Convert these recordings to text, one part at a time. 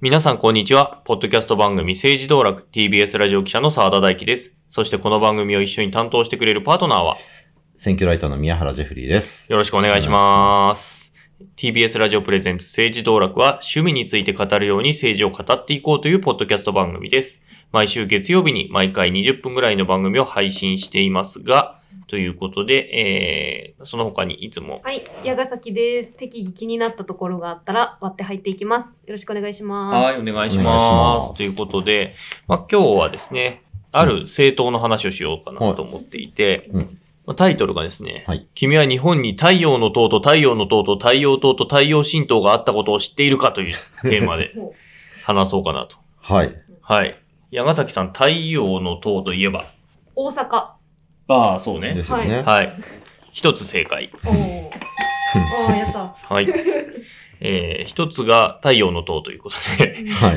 皆さんこんにちは。ポッドキャスト番組政治道楽 TBS ラジオ記者の澤田大樹です。そしてこの番組を一緒に担当してくれるパートナーは選挙ライターの宮原ジェフリーです。 よろしくお願いします。TBS ラジオプレゼンツ政治道楽は趣味について語るように政治を語っていこうというポッドキャスト番組です。毎週月曜日に毎回20分ぐらいの番組を配信していますが、ということで、その他にいつも。 はい、矢ヶ崎です。適宜気になったところがあったら割って入っていきます。よろしくお願いします。 はい、お願いします。ということで、今日はですね、ある政党の話をしようかなと思っていて、タイトルがですね、君は日本に太陽の塔と太陽の塔と太陽塔と太陽神塔があったことを知っているかというテーマで話そうかなと。 はい。 はい。矢ヶ崎さん、太陽の塔といえば大阪。 ああ、そうね。 ですよね。 はい。一つ正解。 おー、やった。 はい。一つが太陽の塔ということで、 はい。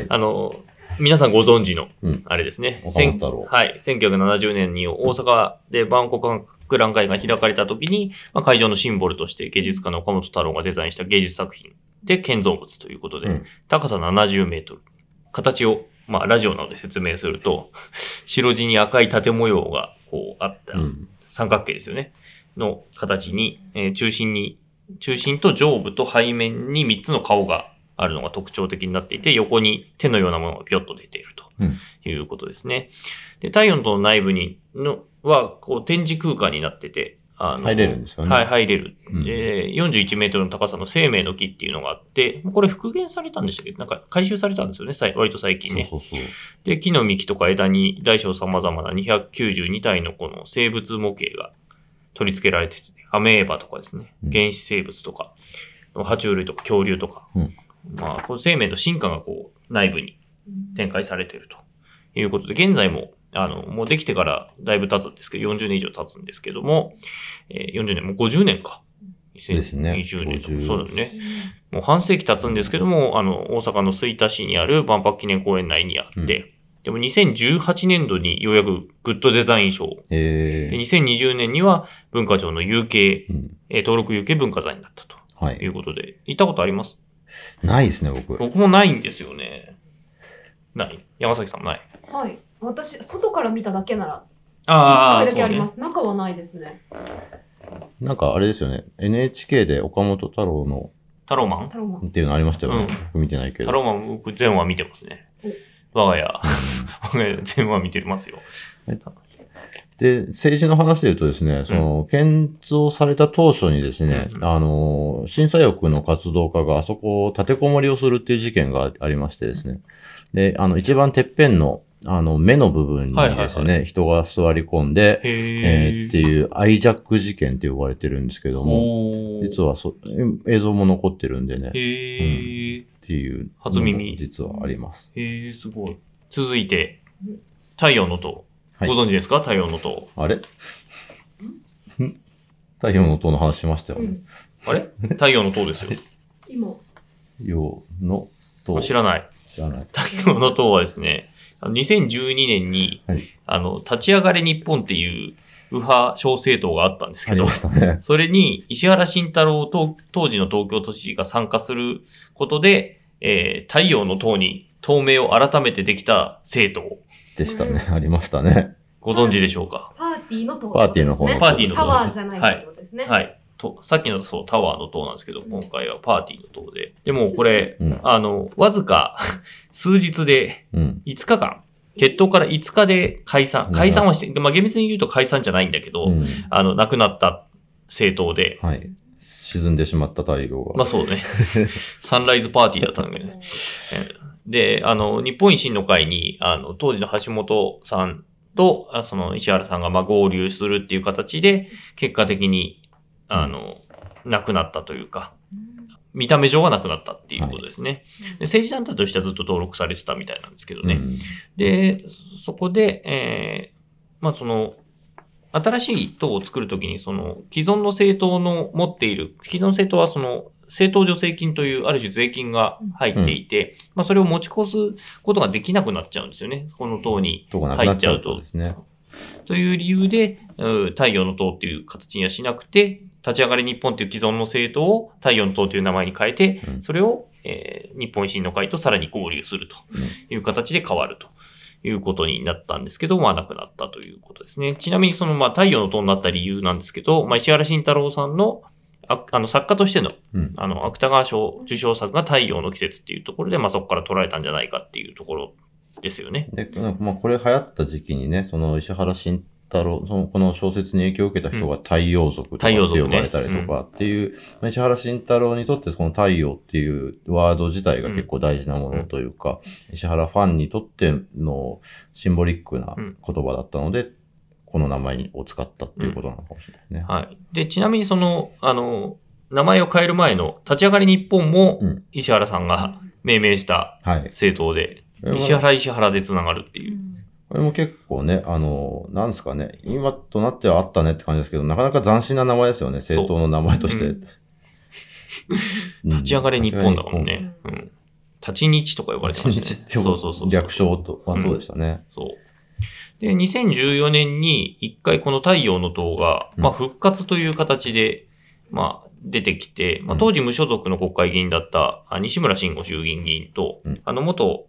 皆さんご存知の、あれですね。 岡本太郎。 はい。1970年に大阪で万国博覧会が開かれた時に、会場のシンボルとして芸術家の岡本太郎がデザインした芸術作品で建造物ということで、高さ70メートル。形を、ラジオなので説明すると、白地に赤い縦模様がこうあった三角形ですよね。の形に、中心と上部と背面に3つの顔があるのが特徴的になっていて、横に手のようなものがピョッと出ているということですね。で、太陽の塔の内部はこう展示空間になってて、 入れるんですよね。 はい、入れる。41メートルの高さの生命の木っていうのがあって、これ復元されたんでしたっけ？なんか回収されたんですよね、割と最近ね。 そう。 で、木の幹とか枝に大小様々な292体のこの生物模型が取り付けられてて、アメーバとかですね、原始生物とか、爬虫類とか恐竜とか、この生命の進化がこう内部に展開されているということで、現在ももうできてからだいぶ経つんですけど、40年以上経つんですけども、40年、もう50年か。2020年とか、そうだよね。もう半世紀経つんですけども、大阪の吹田市にある万博記念公園内にあって、でも2018年度にようやくグッドデザイン賞。で2020年には文化庁の有形、登録有形文化財になったということで、行ったことあります？ ないですね、 僕もないんですよね。ない？山崎さんない？ はい。私、外から見ただけなら、 1回だけあります。中はないですね。 なんかあれですよね。NHK で岡本太郎のタローマンっていうのありましたよね。僕見てないけど。 タローマン、僕全話見てますね。我が家全話見てますよ。 で、政治の話で言うとですね、建造された当初にですね、審査翼の活動家があそこを立てこもりをするっていう事件がありましてですね。で、一番てっぺんの目の部分にですね、人が座り込んで、っていうアイジャック事件って呼ばれてるんですけども、実は映像も残ってるんでね、っていう初耳実はあります。 すごい。続いて、太陽の塔。ご存知ですか？太陽の塔。 あれ太陽の塔の話しましたよね。 あれ太陽の塔ですよ。 今。 陽の塔。 知らない。太陽の塔はですね、2012年に、立ち上がれ日本っていう右派小政党があったんですけど、それに石原慎太郎当時の東京都知事が参加することで、太陽の塔に党名を改めてできた政党でしたね。ありましたね。 ご存知でしょうか？ パーティーの塔。 パーティーの方。 パーティーの塔。 タワーじゃないってことですね。 はい。さっきのタワーの塔なんですけど、今回はパーティーの塔で。でもこれ、わずか数日で5日間、決闘から5日で解散はして、厳密に言うと解散じゃないんだけど、亡くなった政党で。 はい。沈んでしまった太陽が。 そうね。サンライズパーティーだったんだけどね。で、日本維新の会に、当時の橋本さんと、石原さんが合流するっていう形で、結果的に、亡くなったというか、見た目上は亡くなったっていうことですね。で政治団体としてはずっと登録されてたみたいなんですけどね。で、そこで、新しい党を作るときに、既存の政党の持っている、既存政党は政党助成金というある種税金が入っていて、それを持ち越すことができなくなっちゃうんですよね。この党に入っちゃうと。という理由で、太陽の党っていう形にはしなくて、立ち上がり日本っていう既存の政党を太陽の党という名前に変えて、それを日本維新の会とさらに合流するという形で変わるということになったんですけど、まあなくなったということですね。ちなみにそのまあ太陽の塔になった理由なんですけど、まあ石原慎太郎さんの作家としての、芥川賞受賞作が太陽の季節っていうところで、まあそこから取られたんじゃないかっていうところですよね。 で、まあこれ流行った時期にね、その石原慎太郎、この小説に影響を受けた人が太陽族とかって呼ばれたりとかっていう、石原慎太郎にとってこの太陽っていうワード自体が結構大事なものというか、石原ファンにとってのシンボリックな言葉だったので、この名前を使ったっていうことなのかもしれないですね。 はい。で、ちなみにその、名前を変える前の立ち上がり日本も石原さんが命名した政党で、石原でつながるっていう。 これも結構ね、なんですかね、今となってはあったねって感じですけど、なかなか斬新な名前ですよね、政党の名前として。 立ち上がり日本だもんね。立ち日とか呼ばれてましたね。 そう。略称とはそうでしたね。 そう。で、2014年に一回この太陽の塔が、まあ復活という形で、まあ出てきて、まあ当時無所属の国会議員だった西村慎吾衆議院議員と、元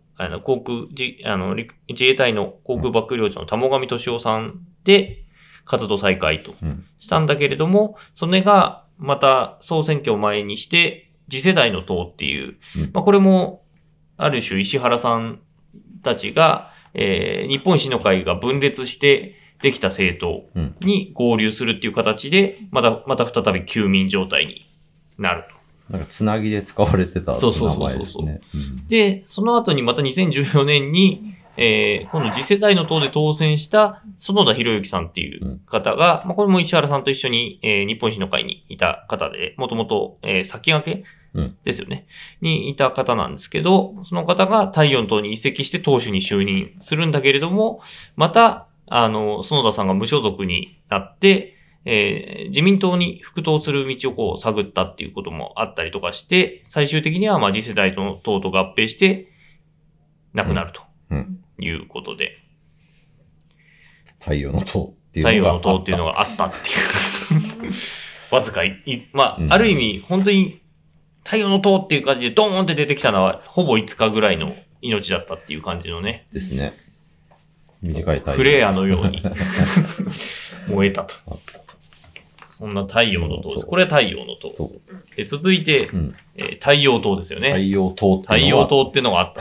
自衛隊の航空幕僚長の田母上俊夫さんで活動再開としたんだけれども、それがまた総選挙を前にして次世代の党っていう、まあこれもある種石原さんたちが、日本維新の会が分裂してできた政党に合流するっていう形で、また再び休眠状態になると。 なんかつなぎで使われてた名前ですね。 で、その後にまた2014年に、今度次世代の党で当選した園田博之さんっていう方が、まあこれも石原さんと一緒に、日本維新の会にいた方で、もともと先駆けですよね、にいた方なんですけど、その方が太陽の党に移籍して党首に就任するんだけれども、また、園田さんが無所属になって、自民党に復党する道をこう探ったっていうこともあったりとかして、最終的にはまあ次世代の党と合併してなくなるということで。 太陽の党っていうのがあったっていう。わずかまあ、ある意味本当に太陽の党っていう感じでドーンって出てきたのはほぼ5日ぐらいの命だったっていう感じのね。 ですね。短い太陽。 フレアのように燃えたと。そんな太陽の塔です。これは太陽の塔。で続いて、太陽塔ですよね。 太陽塔っていうのがあった。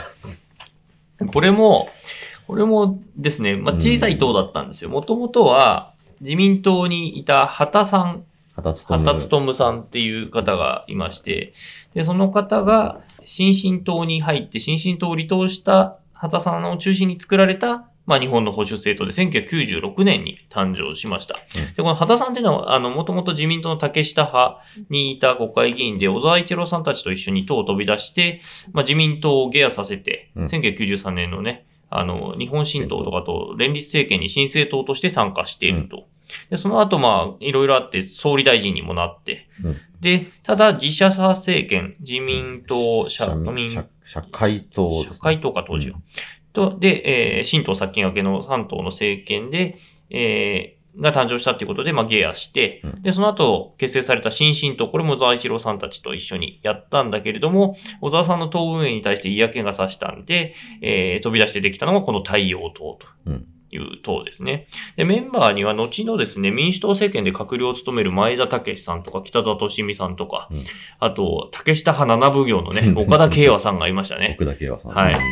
これもですね、まあ、小さい塔だったんですよ。もともとは自民党にいた畑勉さんっていう方がいまして、で、その方が新進党に入って、新進党を離党した畑さんを中心に作られたまあ日本の保守政党で1996年に誕生しました。で、この畑さんっていうのは、もともと自民党の竹下派にいた国会議員で、小沢一郎さんたちと一緒に党を飛び出して、まあ自民党を下野させて、1993年のね、日本新党とかと連立政権に新政党として参加していると。で、その後まあ、いろいろあって総理大臣にもなって、で、ただ自社派政権、自民党、 社会党か当時は。で、新党先駆けの3党の政権で、が誕生したっていうことで、まあ、下野して、で、その後、結成された新進党、これも小沢一郎さんたちと一緒にやったんだけれども、小沢さんの党運営に対して嫌気がさしたんで、飛び出してできたのがこの太陽党という党ですね。で、メンバーには後のですね、民主党政権で閣僚を務める前田武さんとか、北里美さんとか、あと、竹下派7奉行のね、岡田慶和さんがいましたね。 岡田慶和さん。 はい。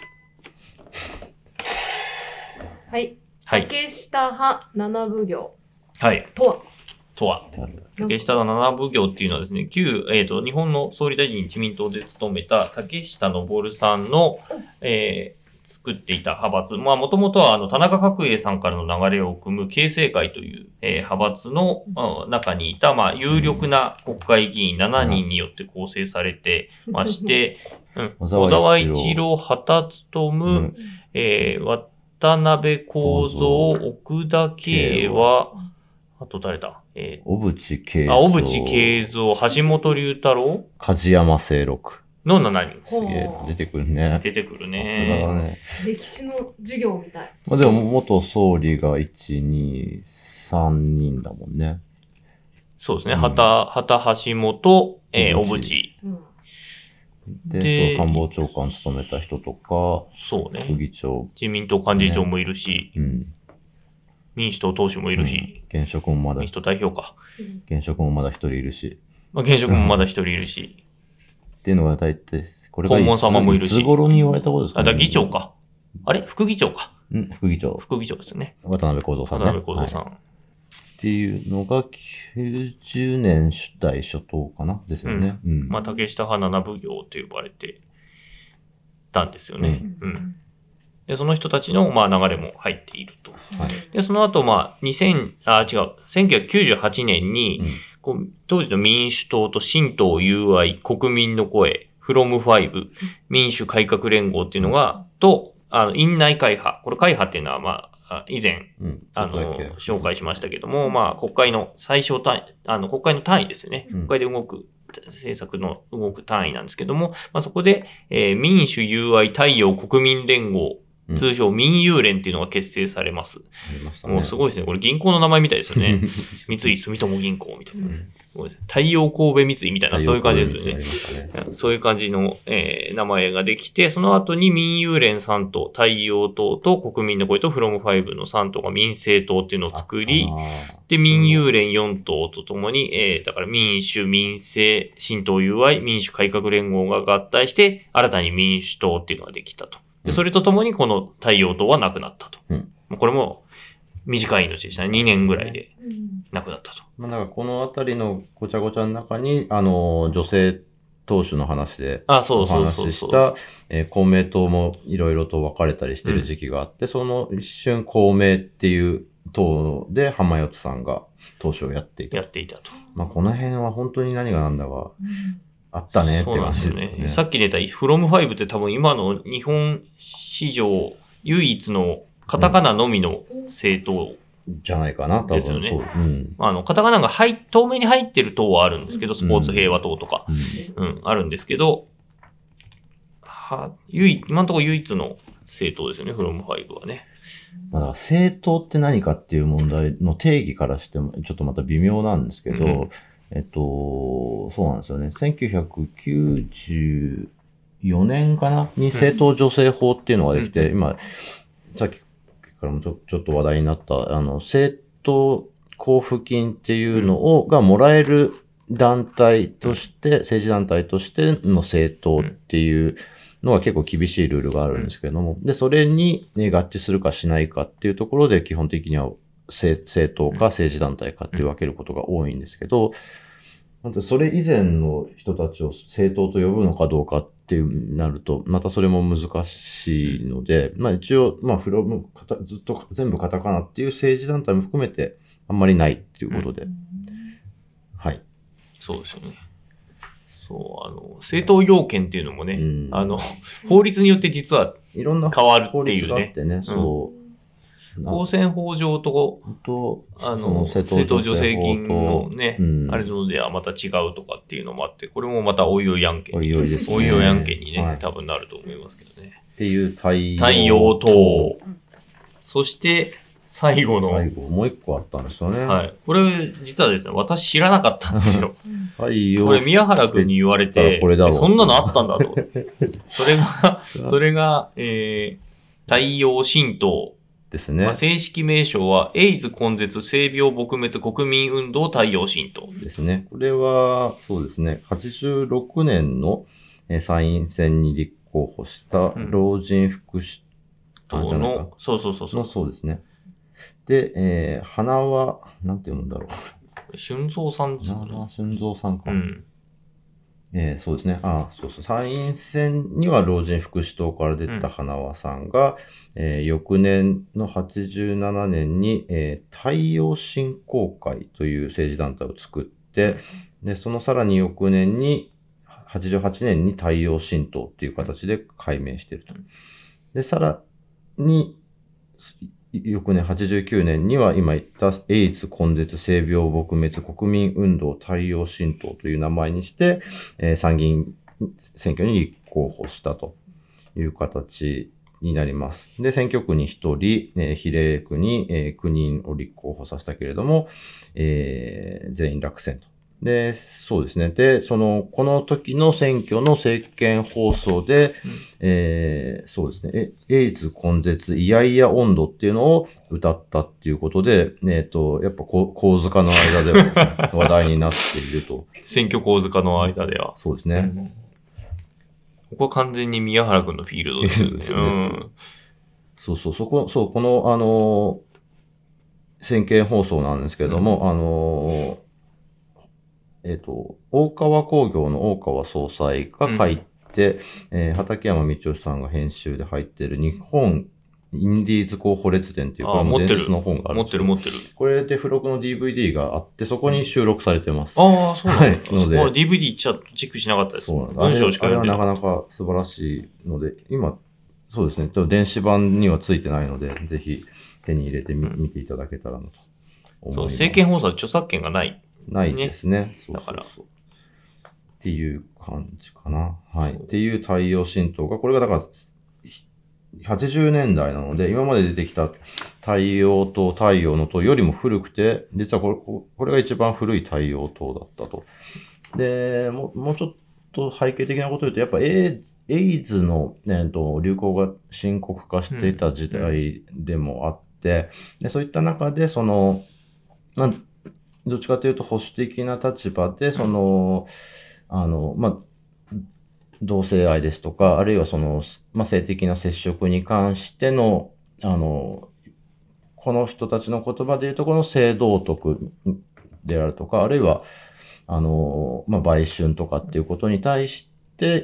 はい。竹下派7奉行。 はい。 とは。竹下派7奉行っていうのはですね、日本の総理大臣自民党で務めた竹下登さんの、作っていた派閥。まあ、もともとは田中角栄さんからの流れを組む経政会という、派閥の中にいた、まあ、有力な国会議員7人によって構成されてまして、小沢一郎、畑勉、渡辺幸三、奥田慶は、あと誰だ小渕恵三、橋本龍太郎、 梶山清六の7人。 すげえ、出てくるね。 出てくるね。 歴史の授業みたい。 まあでも元総理が1、2、3人だもんね。 そうですね。畑橋本、小渕。 で、そう、官房長官を務めた人とか、 そう副ね。 議長、 自民党幹事長もいるし、民主党党首もいるし、 現職もまだ民主党代表か。 現職もまだ一人いるし、 まあ、現職もまだ一人いるし、 っていうのが大体、これが黄門様もいるしいつ頃に言われたことですかあ、 ね。 だから議長か。あれ副議長か。 副議長。 副議長ですね。 渡辺幸三さんね。 渡辺幸三さん。 はいっていうのが90年代初頭かなですよね。 まあ、竹下派七奉行と呼ばれてたんですよね。で、その人たちの、まあ、流れも入っていると。で、その後、まあ、1998年に、こう当時の民主党と新党友愛、国民の声、フロム5、民主改革連合っていうのが、と、院内会派。これ会派っていうのは、まあ、以前、紹介しましたけども、まあ、国会の最小単位、国会の単位ですよね。国会で動く、政策の動く単位なんですけども、まあ、そこで、民主友愛太陽国民連合、通称民友連っていうのが結成されます。もうすごいですね。これ銀行の名前みたいですよね。三井住友銀行みたいな。太陽神戸三井みたいな、そういう感じですよね。そういう感じの、名前ができて、その後に民友連3党、太陽党と国民の声とフロム5の3党が民政党っていうのを作り、で、民友連4党とともに、だから民主、民政、新党友愛、民主改革連合が合体して、新たに民主党っていうのができたと。で、それとともにこの太陽党はなくなったと。これも短い命でしたね。2年ぐらいでなくなったと。 まあ、だからこのあたりのごちゃごちゃの中に、女性党首の話でお話しした、公明党もいろいろと分かれたりしてる時期があって、その一瞬公明っていう党で浜四さんが党首をやっていた。まあ、この辺は本当に何がなんだか、あったねって感じですね。 さっき出たフロム5って多分今の日本史上唯一のカタカナのみの政党じゃないかな、多分そう。 カタカナが透明に入ってる党はあるんですけど、スポーツ平和党とか、あるんですけど、今のところ唯一の政党ですよね、フロム5はね。 まあ、政党って何かっていう問題の定義からしてもちょっとまた微妙なんですけど、そうなんですよね。1994年かなに政党助成法っていうのができて、今、さっきからもちょっと話題になった、政党交付金っていうのがもらえる団体として、政治団体としての政党っていうのは結構厳しいルールがあるんですけれども、で、それに合致するかしないかっていうところで基本的には政党か政治団体かって分けることが多いんですけど、それ以前の人たちを政党と呼ぶのかどうかっていうなると、またそれも難しいので、まあ一応、まあずっと全部カタカナっていう政治団体も含めてあんまりないっていうことで。はい。 そうですよね。政党要件っていうのもね、法律によって実は変わるっていうね。 法律があってね、そう。 公選法上と、政党助成金のね、あれのではまた違うとかっていうのもあって、これもまたおいおい案件に。おいおい案件にね、多分なると思いますけどね。 っていう太陽党。そして、最後の。 もう一個あったんですよね。 はい。これ、実はですね、私知らなかったんですよ。これ、宮原くんに言われて、そんなのあったんだと。それが、太陽新党。 ですね。 正式名称は、エイズ根絶性病撲滅国民運動太陽新党。 ですね。これは、そうですね。86年の参院選に立候補した老人福祉党の、 そうですね。で、花は、なんて読むんだろう。俊三さんですね。 俊三さんか。そうですね。参院選には老人福祉党から出てた花輪さんが、翌年の87年に、太陽振興会という政治団体を作って、で、そのさらに翌年に、88年に太陽新党っていう形で改名していると。で、さらに、翌年89年には今言ったエイズ根絶性病撲滅国民運動太陽新党という名前にして、参議院選挙に立候補したという形になります。で、選挙区に1人、比例区に、9人を立候補させたけれども、全員落選とで、そうですね。で、この時の選挙の政見放送で、そうですね。エイズ根絶イヤイヤ温度っていうのを歌ったっていうことで、やっぱ構図家の間ではですね、話題になっていると。 選挙構図家の間では。 そうですね。 ここは完全に宮原君のフィールドですよね。 ですね。この、政見放送なんですけども、大川工業の大川総裁が書いて、畠山道義さんが編集で入っている日本インディーズ候補列伝っていう、これも伝説の本があるんですよ。 持ってる。 これで付録の DVD があって、そこに収録されてます。 ああ、そうなんだ。はい。 ので、 そこは DVD チェックしなかったです。 そうなんだ。 文章しか読んでない。 あれはなかなか素晴らしいので、今、そうですね。ちょっと電子版にはついてないので、ぜひ手に入れて見ていただけたらなと思います。 そう、政見放送は著作権がない。 ないですね。 だから。 っていう感じかな。はい。っていう太陽神道が、これがだから、80年代なので、今まで出てきた太陽灯、太陽の塔よりも古くて、実はこれが一番古い太陽灯だったと。で、もうちょっと背景的なことを言うと、やっぱエイズの、流行が深刻化していた時代でもあって、でそういった中で、どっちかというと保守的な立場で、同性愛ですとか、あるいは性的な接触に関しての、この人たちの言葉でいうところの性道徳であるとか、あるいは、売春とかっていうことに対して、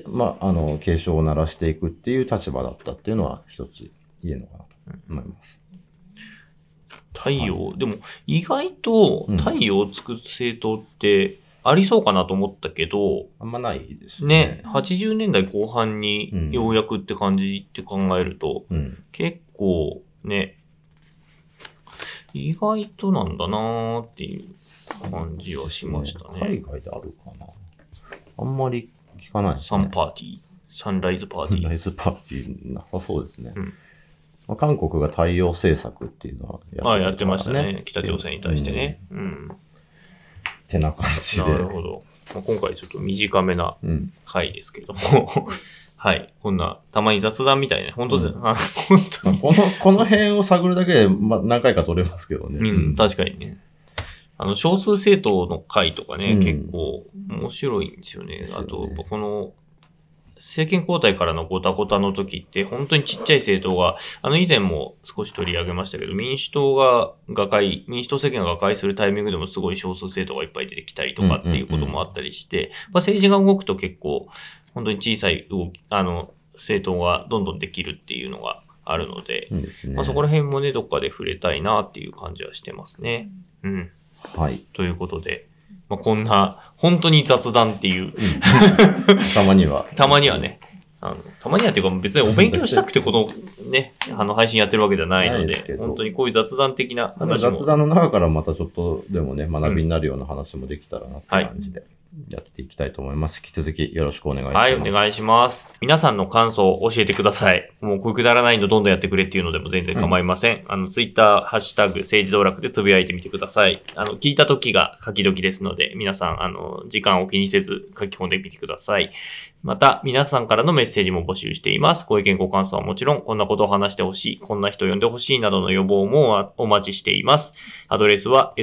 警鐘を鳴らしていくっていう立場だったっていうのは一つ言えるのかなと思います。 太陽、でも意外と太陽を作る政党ってありそうかなと思ったけど、 あんまないですね。 80年代後半にようやくって感じって考えると、結構ね、意外となんだなーっていう感じはしましたね。 海外であるかな。あんまり聞かないですね。 サンライズパーティー。 サンライズパーティーなさそうですね。韓国が太陽政策っていうのはやってましたね。北朝鮮に対してね。 ってな感じで。 なるほど。今回ちょっと短めな回ですけれども、はい。こんな、たまに雑談みたいな、本当で、本当に。 この辺を探るだけで、何回か取れますけどね。 確かにね。少数政党の回とかね、結構面白いんですよね。あと、この、政権交代からのごたごたの時って、本当にちっちゃい政党が、以前も少し取り上げましたけど、民主党政権が瓦解するタイミングでもすごい少数政党がいっぱい出てきたりとかっていうこともあったりして、政治が動くと結構、本当に小さい政党がどんどんできるっていうのがあるので、そこら辺もね、どっかで触れたいなっていう感じはしてますね。 はい。 ということで、こんな、本当に雑談っていう。 たまには。 たまにはね。たまにはっていうか別にお勉強したくてこのね、配信やってるわけではないので、本当にこういう雑談的な話も。 雑談の中からまたちょっとでもね、学びになるような話もできたらなって感じで。やっていきたいと思います。引き続きよろしくお願いします。 はい、お願いします。皆さんの感想を教えてください。もうこれくだらないのどんどんやってくれっていうのでも全然構いません。ツイッター、ハッシュタグ、政治道楽でつぶやいてみてください。聞いた時が書き時ですので、皆さん、時間を気にせず書き込んでみてください。また、皆さんからのメッセージも募集しています。ご意見ご感想はもちろん、こんなことを話してほしい、こんな人呼んでほしいなどの予防もお待ちしています。アドレスは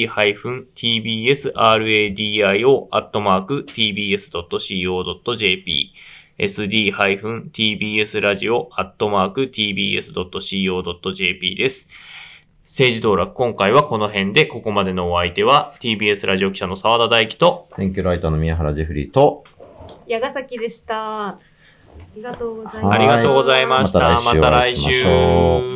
sd-tbsradio@tbs.co.jp sd-tbsradio@tbs.co.jp です。政治道楽、今回はこの辺で、ここまでのお相手は TBS ラジオ記者の澤田大樹と選挙ライターの宮原ジェフリーと矢ヶ崎でした。ありがとうございました。 ありがとうございました。また来週。